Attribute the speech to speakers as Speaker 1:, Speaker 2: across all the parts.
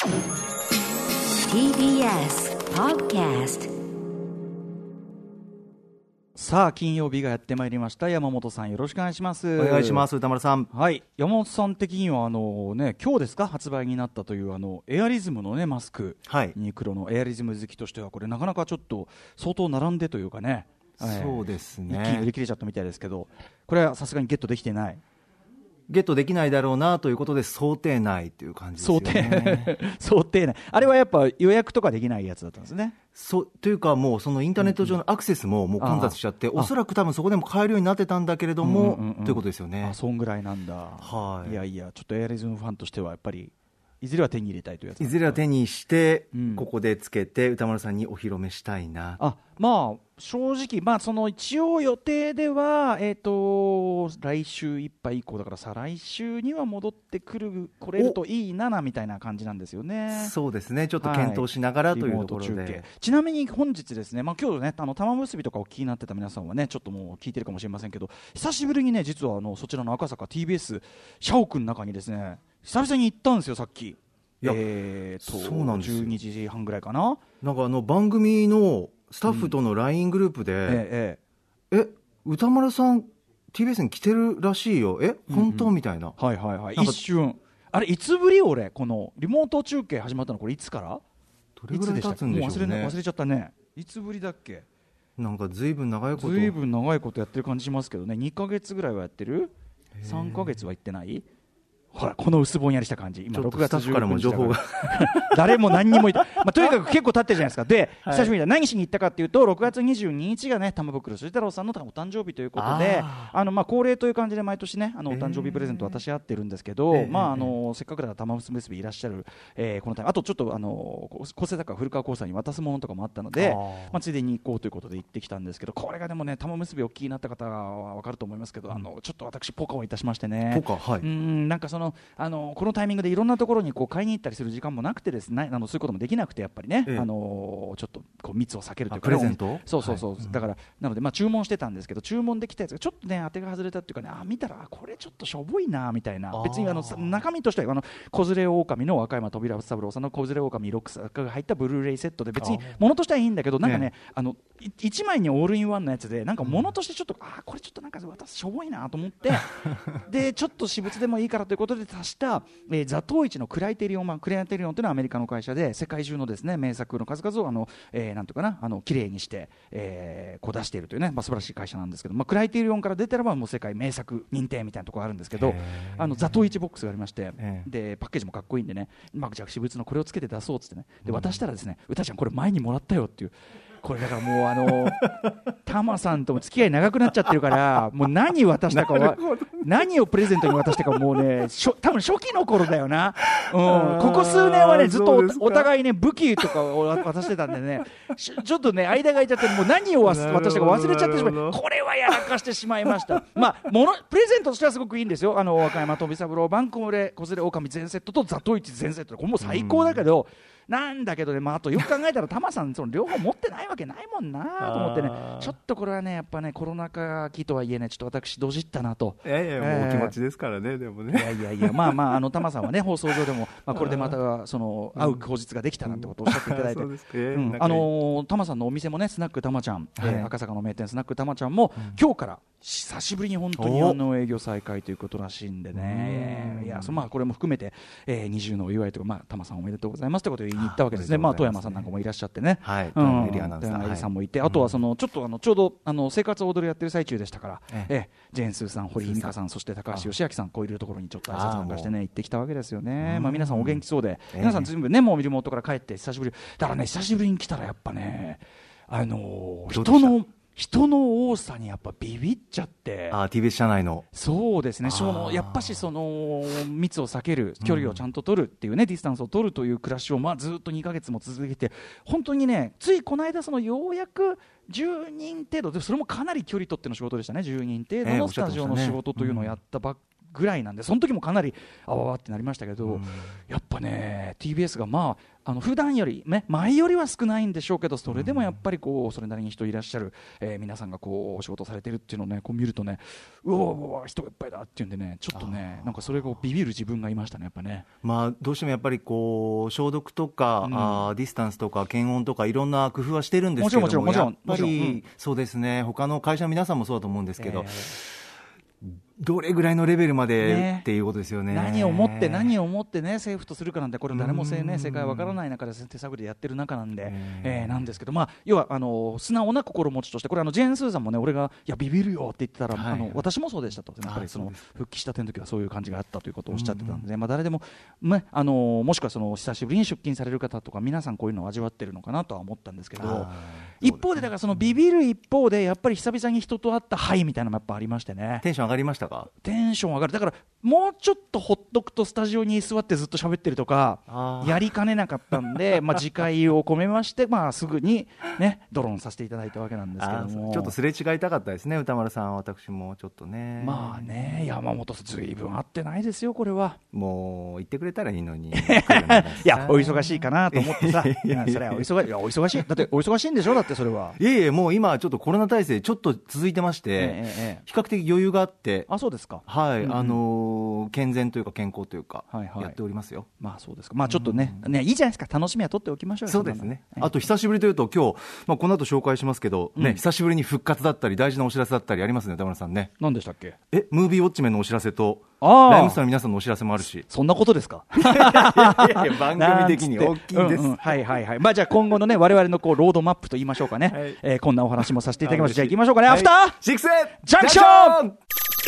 Speaker 1: TBS Podcast。
Speaker 2: さあ金曜日がやってまいりました。山本さんよろしくお願いします。
Speaker 3: お願いします。歌丸さん。
Speaker 2: はい、山本さん的には今日ですか発売になったというエアリズムのねマスク、
Speaker 3: はい、
Speaker 2: に黒のエアリズム好きとしてはこれなかなかちょっと相当並んでというかね、
Speaker 3: そうですね、
Speaker 2: 一気に売り切れちゃったみたいですけど、これはさすがにゲットできてない、
Speaker 3: ゲットできないだろうなということで想定内という感じですよね。
Speaker 2: 想定内。あれはやっぱ予約とかできないやつだったんですね。
Speaker 3: というかもうそのインターネット上のアクセスももう混雑しちゃって、おそらく多分そこでも買えるようになってたんだけれども、ということですよね。
Speaker 2: そんぐらいなんだ。
Speaker 3: はい。
Speaker 2: いやいやちょっとエアリズムファンとしてはやっぱりいずれは手に入れたいというやつ。
Speaker 3: いずれは手にして、ここでつけて歌丸さんにお披露目したいな。
Speaker 2: まあ正直、その一応予定では、来週いっぱい以降だから再来週には戻ってこれるといいなみたいな感じなんですよね。
Speaker 3: そうですね、ちょっと検討しながら、というところで。
Speaker 2: ちなみに本日ですね、今日ね玉結びとかお聞きになってた皆さんはねちょっともう聞いてるかもしれませんけど、久しぶりにね実はそちらの赤坂 TBS 社屋の中にですね久々に行ったんですよさっき。
Speaker 3: そうなんですよ。
Speaker 2: 12時半ぐらいかな。
Speaker 3: なんか番組のスタッフとの LINE グループで、歌丸さん TBS に来てるらしいよ、本当みたいな、
Speaker 2: はいはいはい、一瞬あれいつぶり、俺このリモート中継始まったのこれいつから、
Speaker 3: どれぐらい経つんでしょうね。
Speaker 2: 忘れちゃったね。いつぶりだっけ。
Speaker 3: なんかずいぶん長いこと
Speaker 2: やってる感じしますけどね。2ヶ月ぐらいはやってる、3ヶ月は行ってない。ほらこの薄ぼんやりした感じ。今6月19日
Speaker 3: からも情報が
Speaker 2: 誰も何にもとにかく結構経ってるじゃないですか。で、久しぶりに何しに行ったかっていうと6月22日がね玉袋筋太郎さんのお誕生日ということで、恒例という感じで毎年ねお誕生日プレゼント渡し合ってるんですけど、せっかくだから玉結びいらっしゃる、このタイムあとちょっと構成作家古川光さんに渡すものとかもあったので、ついでに行こうということで行ってきたんですけど、これがでもね玉結びお聞きになった方は分かると思いますけど、ちょっと私ポカをいたしましてね。なんかこのタイミングでいろんなところに買いに行ったりする時間もなくてですね、そういうこともできなくてやっぱりね、ちょっと密を避けるというか、
Speaker 3: プレゼント、
Speaker 2: だからなので注文してたんですけど、注文できたやつがちょっとね当てが外れたっていうかね、見たらこれちょっとしょぼいなみたいな。別に中身としては子連れ狼の若山扉三郎さんの子連れ狼6作が入ったブルーレイセットで、別に物としてはいいんだけど、なんかね1枚にオールインワンのやつでなんか物としてちょっとこれちょっとなんか私しょぼいなと思ってでちょっと私物でもいいからということで足した、ザトウイチのクライテリオンというのはアメリカの会社で世界中のですね名作の数々をなんていうかな綺麗にして、出しているというね、素晴らしい会社なんですけど、クライテリオンから出てればもう世界名作認定みたいなところがあるんですけど、ザトウイチボックスがありまして、でパッケージもかっこいいんでね、じゃあ私物のこれをつけて出そうっつってね、で渡したらですね、歌ちゃんこれ前にもらったよっていう。これだからもうタマさんとも付き合い長くなっちゃってるからもう何渡したか何をプレゼントに渡したかもうね多分初期の頃だよな、ここ数年はねずっとお互いね武器とかを渡してたんでねちょっとね間が空いちゃってもう何を渡したか忘れちゃってしまい、これはやらかしてしまいました。プレゼントとしてはすごくいいんですよ。若山富三郎版子連れ狼全セットとザトウイチ全セットでこれもう最高だけど、なんだけどね、あとよく考えたらタマさんその両方持ってないわけないもんなと思ってね、ちょっとこれはねやっぱねコロナ禍期とはいえねちょっと私どじったなと。
Speaker 3: もうお気持ちですからね。でもね
Speaker 2: タマさんはね放送上でも、これでまた会う口実ができたなんてことをおっしゃっていただいて、タマさんのお店もねスナックタマちゃん、赤坂の名店スナックタマちゃんも、今日から久しぶりに本当に営業再開ということらしいんでね、これも含めて、20のお祝いとか、タマさんおめでとうございますということで言いに行ったわけですね。富山さんなんかもいらっしゃってね、富山エリアナウンサーさんもいて、あとはちょうど生活を踊るやってる最中でしたから、ジェーンスーさん、堀井美香さん、そして高橋義明さん、こういうところにちょっと挨拶なんかしてね行ってきたわけですよね。皆さんお元気そうで、皆さん全部ねもうリモートから帰って久しぶりだからね、久しぶりに来たらやっぱね人の多さにやっぱビビっちゃって、
Speaker 3: TBS 社内の
Speaker 2: そうですね、やっぱし密を避ける、距離をちゃんと取るっていうね、ディスタンスを取るという暮らしをずっと2ヶ月も続けて、本当にねついこの間ようやく10人程度で、それもかなり距離取っての仕事でしたね。10人程度のスタジオの仕事というのをやったぐらいなんで、その時もかなりあわわってなりましたけど、やっぱね TBS がまあ普段よりね前よりは少ないんでしょうけど、それでもやっぱりこうそれなりに人いらっしゃる、皆さんがこうお仕事されてるっていうのをねこう見るとね、うわ人がいっぱいだっていうんでね、ちょっとねなんかそれがビビる自分がいましたね、やっぱね。
Speaker 3: まあどうしてもやっぱりこう消毒とか、ディスタンスとか検温とかいろんな工夫はしてるんですけども、
Speaker 2: もちろん
Speaker 3: やっぱり、そうですね、他の会社の皆さんもそうだと思うんですけど、どれぐらいのレベルまでっていうことですよね。
Speaker 2: 何をもってね政府とするかなんて、これ誰も正解わからない中で手探りでやってる中なんで、なんですけど、まあ要は素直な心持ちとして、これジェーン・スーさんもね、俺がいやビビるよって言ってたら、私もそうでしたと、やっぱりその復帰したての時はそういう感じがあったということをおっしゃってたんで、まあ誰でもねもしくはその久しぶりに出勤される方とか皆さんこういうのを味わってるのかなとは思ったんですけど、一方でだからそのビビる一方でやっぱり久々に人と会ったハイみたいなのもやっぱありましてね。
Speaker 3: テンション上がりましたか？
Speaker 2: テンション上がる。だからもうちょっとほっとくとスタジオに座ってずっと喋ってるとかやりかねなかったんで、まあ次回を込めまして、まあすぐにねドローンさせていただいたわけなんですけども、
Speaker 3: ちょっとすれ違いたかったですね、歌丸さん。私もちょっとね、
Speaker 2: まあね、山本さんずいぶん会ってないですよ、これは。
Speaker 3: もう言ってくれたらいいのにい
Speaker 2: やお忙しいかなと思ってさそれはお忙しい、だってお忙しいんでしょ、だってそれは。
Speaker 3: いえもう今ちょっとコロナ体制ちょっと続いてまして、比較的余裕があって。
Speaker 2: あ、そうですか。
Speaker 3: はい、健全というか健康というか、やっておりますよ。
Speaker 2: まあそうですか。まあちょっとね、いいじゃないですか、楽しみは取っておきましょうよ。
Speaker 3: そうですね。あと久しぶりというと今日、まあ、この後紹介しますけど、久しぶりに復活だったり大事なお知らせだったりありますね、田村さんね。
Speaker 2: 何でしたっけ？
Speaker 3: ムービーウォッチメンのお知らせとライムスターの皆さんのお知らせもあるし。
Speaker 2: そんなことですか？
Speaker 3: 番組的に大きいです。
Speaker 2: まあじゃあ今後のね我々のこうロードマップと言いましょうかね、こんなお話もさせていただきましょう。じゃあ行きましょうかね。アフター
Speaker 3: シックス
Speaker 2: ジャンクション。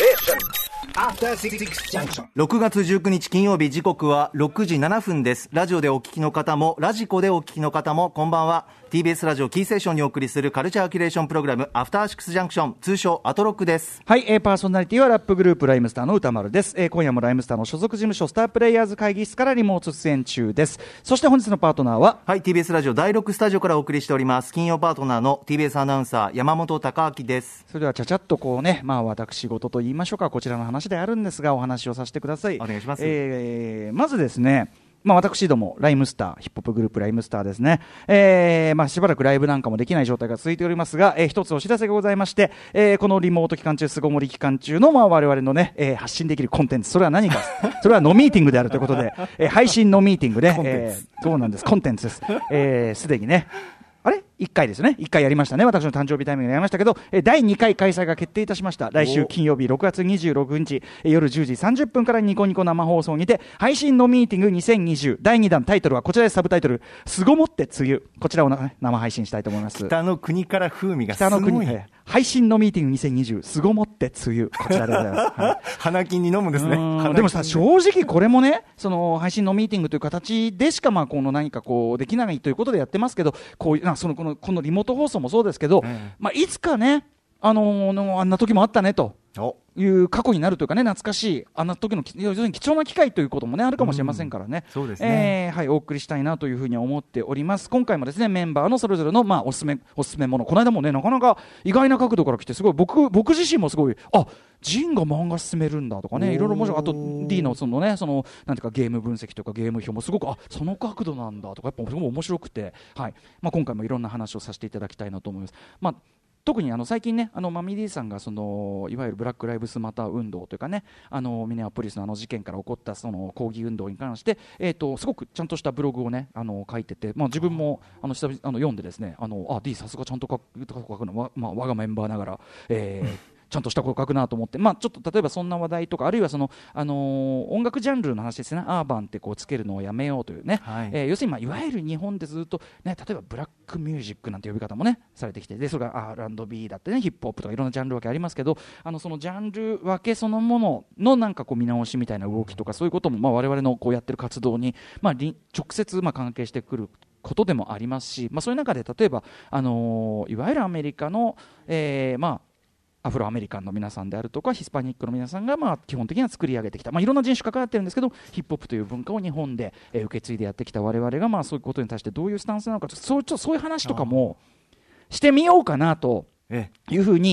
Speaker 3: 6月19日金曜日、時刻は6時7分です。ラジオでお聞きの方もラジコでお聞きの方もこんばんは。 TBS ラジオキーステーションにお送りするカルチャーキュレーションプログラム、アフターシックスジャンクション、通称アトロックです。
Speaker 2: はい、パーソナリティはラップグループライムスターの歌丸です。今夜もライムスターの所属事務所スタープレイヤーズ会議室からリモート出演中です。そして本日のパートナーは、
Speaker 3: はい、 TBS ラジオ第6スタジオからお送りしております金曜パートナーの TBS アナウンサー山本貴明です。
Speaker 2: それではちゃちゃっとこうね、まあ私事と言いましょうか、こちらの話であるんですがお話をさせてください。
Speaker 3: お願いします。
Speaker 2: まずですね、まあ、私どもライムスター、ヒップホップグループライムスターですね、まあ、しばらくライブなんかもできない状態が続いておりますが、一つお知らせがございまして、このリモート期間中、巣ごもり期間中の、まあ、我々のね、発信できるコンテンツ、それは何かそれはノミーティングであるということで、配信ノミーティングで、そうなんです、コンテンツです。すでにねあれ1回ですね、1回やりましたね、私の誕生日タイミングでやりましたけど、第2回開催が決定いたしました。来週金曜日6月26日夜10時30分からニコニコ生放送にて配信のミーティング2020第2弾、タイトルはこちらです。サブタイトル、すごもって梅雨、こちらを生配信したいと思います。
Speaker 3: 北の国から風味がすごい。
Speaker 2: 北の国、配信のミーティング2020すごもって梅雨、こちらでございます、はい、
Speaker 3: 花金に飲むんですね。
Speaker 2: でもさ、正直これもね、その配信のミーティングという形でしか、まあこの何かこうできないということでやってますけど、こういうこのリモート放送もそうですけど、まあ、いつかね、あんな時もあったねという過去になるというかね、懐かしいあんな時の要するに貴重な機会ということもねあるかもしれませんからね、
Speaker 3: そうですね、
Speaker 2: はい、お送りしたいなというふうに思っております。今回もですねメンバーのそれぞれの、まあ、おすすめもの、この間もねなかなか意外な角度から来て、すごい僕自身もすごい、あ、ジンが漫画進めるんだとかね、いろいろ面白い。あと D のそのね、なんていうかゲーム分析とかゲーム表もすごく、あ、その角度なんだとか、やっぱすごい面白くて、はい、まあ、今回もいろんな話をさせていただきたいなと思います。まあ特に最近ね、マミディさんがいわゆるブラック・ライブスマター運動というかね、ミネアポリスの事件から起こったその抗議運動に関して、すごくちゃんとしたブログをね書いてて、まあ、自分も久々読んでですね、D さすがちゃんと書くの、まあ、我がメンバーながら、ちゃんとしたこと書くなと思って、まあ、ちょっと例えばそんな話題とか、あるいは音楽ジャンルの話ですね、アーバンってこうつけるのをやめようというね、はい、要するに、まあ、いわゆる日本でずっと、ね、例えばブラックミュージックなんて呼び方もねされてきて、でそれが R&B だってね、ヒップホップとかいろんなジャンル分けありますけど、そのジャンル分けそのもののなんかこう見直しみたいな動きとか、そういうことも、まあ、我々のこうやってる活動に、まあ、直接まあ関係してくることでもありますし、まあ、そういう中で例えば、いわゆるアメリカの、まあアフロアメリカンの皆さんであるとかヒスパニックの皆さんがまあ基本的には作り上げてきた、まあ、いろんな人種関わってるんですけど、ヒップホップという文化を日本で受け継いでやってきた我々がまあそういうことに対してどういうスタンスなのか、そういう話とかもしてみようかなというふうに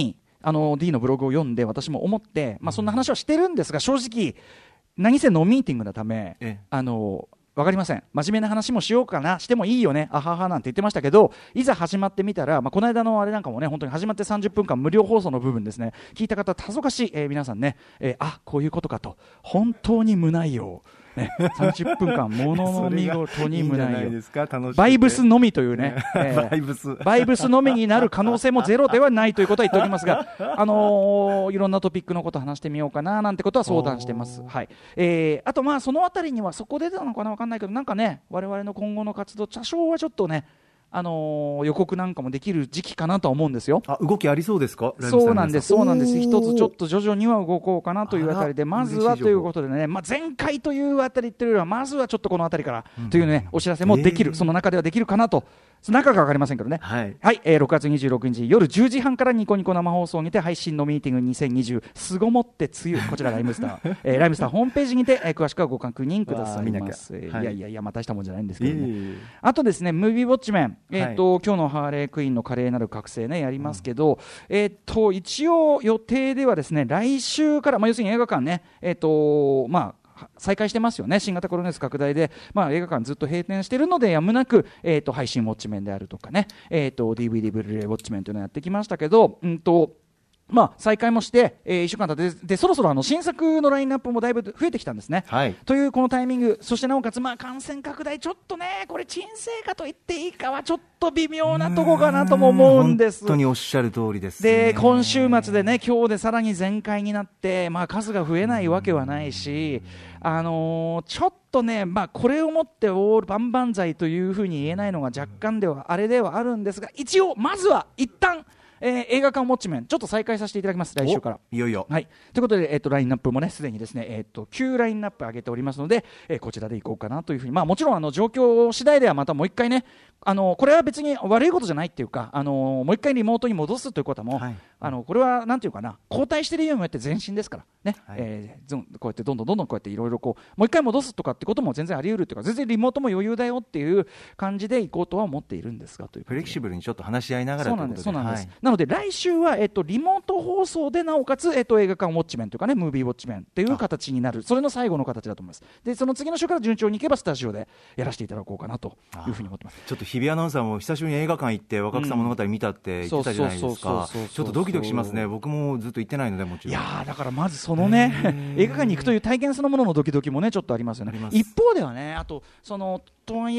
Speaker 2: D のブログを読んで私も思って、そんな話はしてるんですが、正直何せノーミーティングのため分かりません。真面目な話もしようかな、してもいいよね、あははなんて言ってましたけど、いざ始まってみたら、この間のあれなんかもね、本当に始まって30分間無料放送の部分ですね、聞いた方さぞかし、皆さんね、こういうことかと、本当に無内容ね、30分間ものの見事に無内容バイブスのみというね、バイブスのみになる可能性もゼロではないということは言っておきますが、いろんなトピックのことを話してみようかななんてことは相談してます。はい。あとそのあたりにはそこで出たのかな分かんないけど、なんかね、我々の今後の活動多少はちょっとね、予告なんかもできる時期かなとは思うんですよ。
Speaker 3: 動きありそうですか？
Speaker 2: そうなんです。一つちょっと徐々には動こうかなというあたりで、まずはということでね、前回というあたりというよりは、まずはちょっとこのあたりからというね、お知らせもできる、その中ではできるかなと。その中が分かりませんけどね。はい。6月26日夜10時半からニコニコ生放送にて配信のミーティング2020すごもって梅雨、こちらライムスター、ライムスターホームページにて、詳しくはご確認くださいます。いや大したもんじゃないんですけどね。あとですね、ムービーウォッチメン、今日のハーレークイーンの華麗なる覚醒ねやりますけど、一応予定ではですね、来週から、要するに映画館ね、再開してますよね。新型コロナウイルス拡大で、映画館ずっと閉店しているのでやむなく、配信ウォッチメンであるとかね、DVD ブルーレイウォッチメンというのをやってきましたけど、再開もして、1週間経ってでそろそろ新作のラインナップもだいぶ増えてきたんですね、はい、というこのタイミング、そしてなおかつ感染拡大ちょっとね、これ沈静化と言っていいかはちょっと微妙なとこかなとも思うんです。
Speaker 3: 本当におっしゃる通りですね。
Speaker 2: で今週末でね、今日でさらに全開になって、数が増えないわけはないし、ちょっとね、これをもってオール万々歳というふうに言えないのが若干ではあれではあるんですが、一応まずは一旦映画館ウォッチメンちょっと再開させていただきます。来週から
Speaker 3: いよいよ、
Speaker 2: はい、ということで、ラインナップもねすでにですね、旧ラインナップ上げておりますので、こちらでいこうかなというふうに、もちろん状況次第ではまたもう一回ね、これは別に悪いことじゃないっていうか、もう一回リモートに戻すということも、はい、これはなんていうかな、交代してるようにもやって前進ですからね、はい、こうやってどんどんこうやっていろいろもう一回戻すとかってことも全然あり得るというか、全然リモートも余裕だよっていう感じでいこうとは思っているんですが、という
Speaker 3: フレキシブルにちょっと話し合いながらということで、
Speaker 2: そうなんです、なので来週は、リモート放送でなおかつ、映画館ウォッチメンというかね、ムービーウォッチメンっていう形になる、それの最後の形だと思います。でその次の週から順調にいけばスタジオでやらせていただこうかなというふうに思ってます。
Speaker 3: ちょっと日比アナウンサーも久しぶりに映画館行って若草物語見たって言ってたじゃないですか。ちょっとドキドキしますね。僕もずっと行ってないので、もちろん。いや
Speaker 2: だからまずそのね映画館に行くという体験そのもののドキドキもねちょっとありますよね。一方ではね、あととはいえ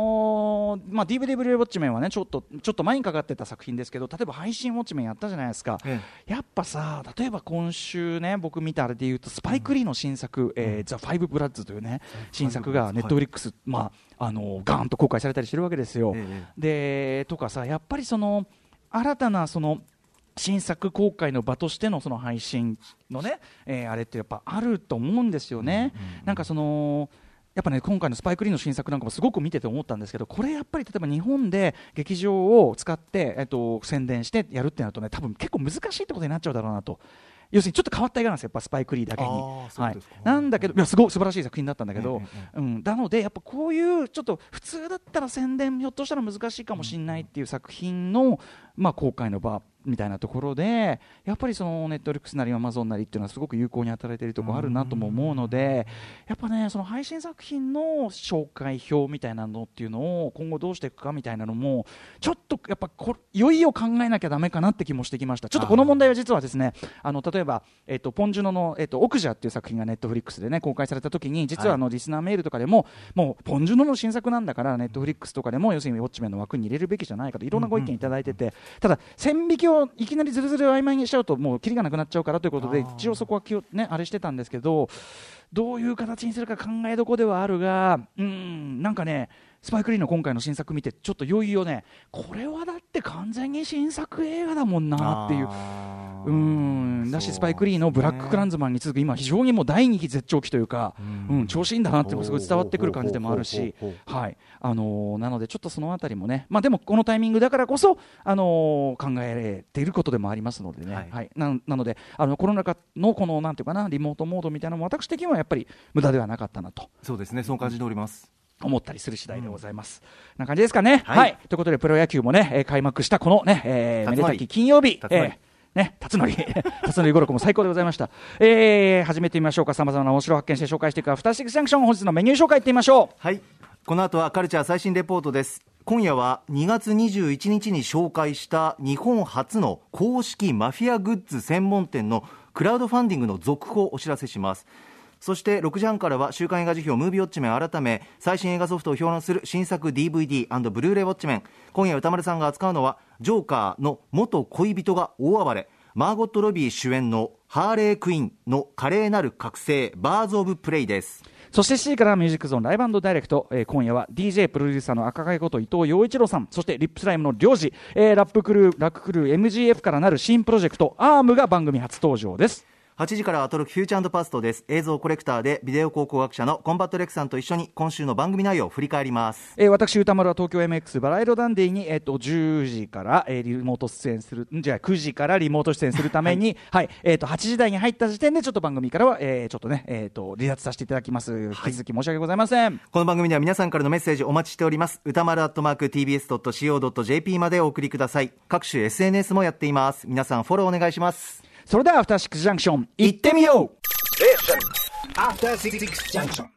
Speaker 2: DVD ブルーレイウォッチメンはねちょっと前にかかってた作品ですけど、例えば配信ウォッチメンやったじゃないですか、やっぱさ、例えば今週ね僕見たあれで言うとスパイク・リーの新作、ザ・ファイブ・ブラッズというね新作がネットフリックス、ガーンと公開されたりしてるわけですよ、でとかさ、やっぱり新たな新作公開の場としてのその配信のね、あれってやっぱあると思うんですよね。なんかやっぱね、今回のスパイク・リーの新作なんかもすごく見てて思ったんですけど、これやっぱり例えば日本で劇場を使って、宣伝してやるってなるとね、多分結構難しいってことになっちゃうだろうなと。要するにちょっと変わった映画なんですよ、やっぱスパイク・リーだけに。はい、なんだけど、素晴らしい作品だったんだけど、なのでやっぱこういうちょっと普通だったら宣伝ひょっとしたら難しいかもしれないっていう作品の、公開の場みたいなところで、やっぱりネットフリックスなりアマゾンなりっていうのはすごく有効に働いているところあるなとも思うので、やっぱね、その配信作品の紹介表みたいなのっていうのを今後どうしていくかみたいなのもちょっとやっぱいよいよ考えなきゃダメかなって気もしてきました。ちょっとこの問題は実はですね、例えば、ポンジュノの、オクジャっていう作品がネットフリックスでね公開された時に、実はリスナーメールとかでも、もうポンジュノの新作なんだからネットフリックスとかでも要するにウォッチメンの枠に入れるべきじゃないかといろんなご意見いただいてて、ただ線引きをいきなりずるずる曖昧にしちゃうともうキリがなくなっちゃうからということで、一応そこはあれしてたんですけど、どういう形にするか考えどこではあるが、なんかね、スパイク・リーの今回の新作見てちょっといよいよね、これはだって完全に新作映画だもんなっていう、だしスパイク・リーのブラック・クランズマンに続く今非常にもう第2期絶頂期というか、調子いいんだなっていうのがすごい伝わってくる感じでもあるし、はい、なのでちょっとそのあたりもね、でもこのタイミングだからこそ、考えていることでもありますのでね、はい、なのでコロナ禍のこのなんていうかなリモートモードみたいなのも私的にはやっぱり無駄ではなかったなと。
Speaker 3: そうですね、そう感じております。
Speaker 2: 思ったりする次第でございます。な感じですかね。はい。ということでプロ野球もね、開幕したこのね、めでたき金曜日、 ね、辰徳語録も最高でございました。始めてみましょうか。さまざまな面白を発見して紹介していくアフターシックスジャンクション、本日のメニュー紹介いってみましょう。
Speaker 3: はい、この後はカルチャー最新レポートです。今夜は2月21日に紹介した日本初の公式マフィアグッズ専門店のクラウドファンディングの続報をお知らせします。そして6時半からは週刊映画辞表ムービーウォッチメン改め最新映画ソフトを評論する新作 DVD& ブルーレイウォッチメン。今夜歌丸さんが扱うのはジョーカーの元恋人が大暴れ、マーゴット・ロビー主演のハーレー・クイーンの華麗なる覚醒バーズ・オブ・プレイです。
Speaker 2: そして7時からミュージックゾーンライブ&ダイレクト、今夜は DJ プロデューサーの赤貝こと伊藤洋一郎さん、そしてリップスライムの領事、ラッククルー MGF からなる新プロジェクトアームが番組初登場です。
Speaker 3: 8時からアトロクフューチャー&パストです。映像コレクターでビデオ考古学者のコンバットレックさんと一緒に今週の番組内容を振り返ります。
Speaker 2: 私歌丸は東京 MX バラ色ダンディに、10時から、リモート出演する9時からリモート出演するために、はい、8時台に入った時点でちょっと番組からは、ちょっとね、離脱させていただきます。引き続き申し訳ございません。
Speaker 3: この番組では皆さんからのメッセージお待ちしております。歌丸@tbs.co.jp までお送りください。各種 SNS もやっています。皆さんフォローお願いします。
Speaker 2: それではアフターシックスジャンクション行ってみよう。
Speaker 1: After 66 junction.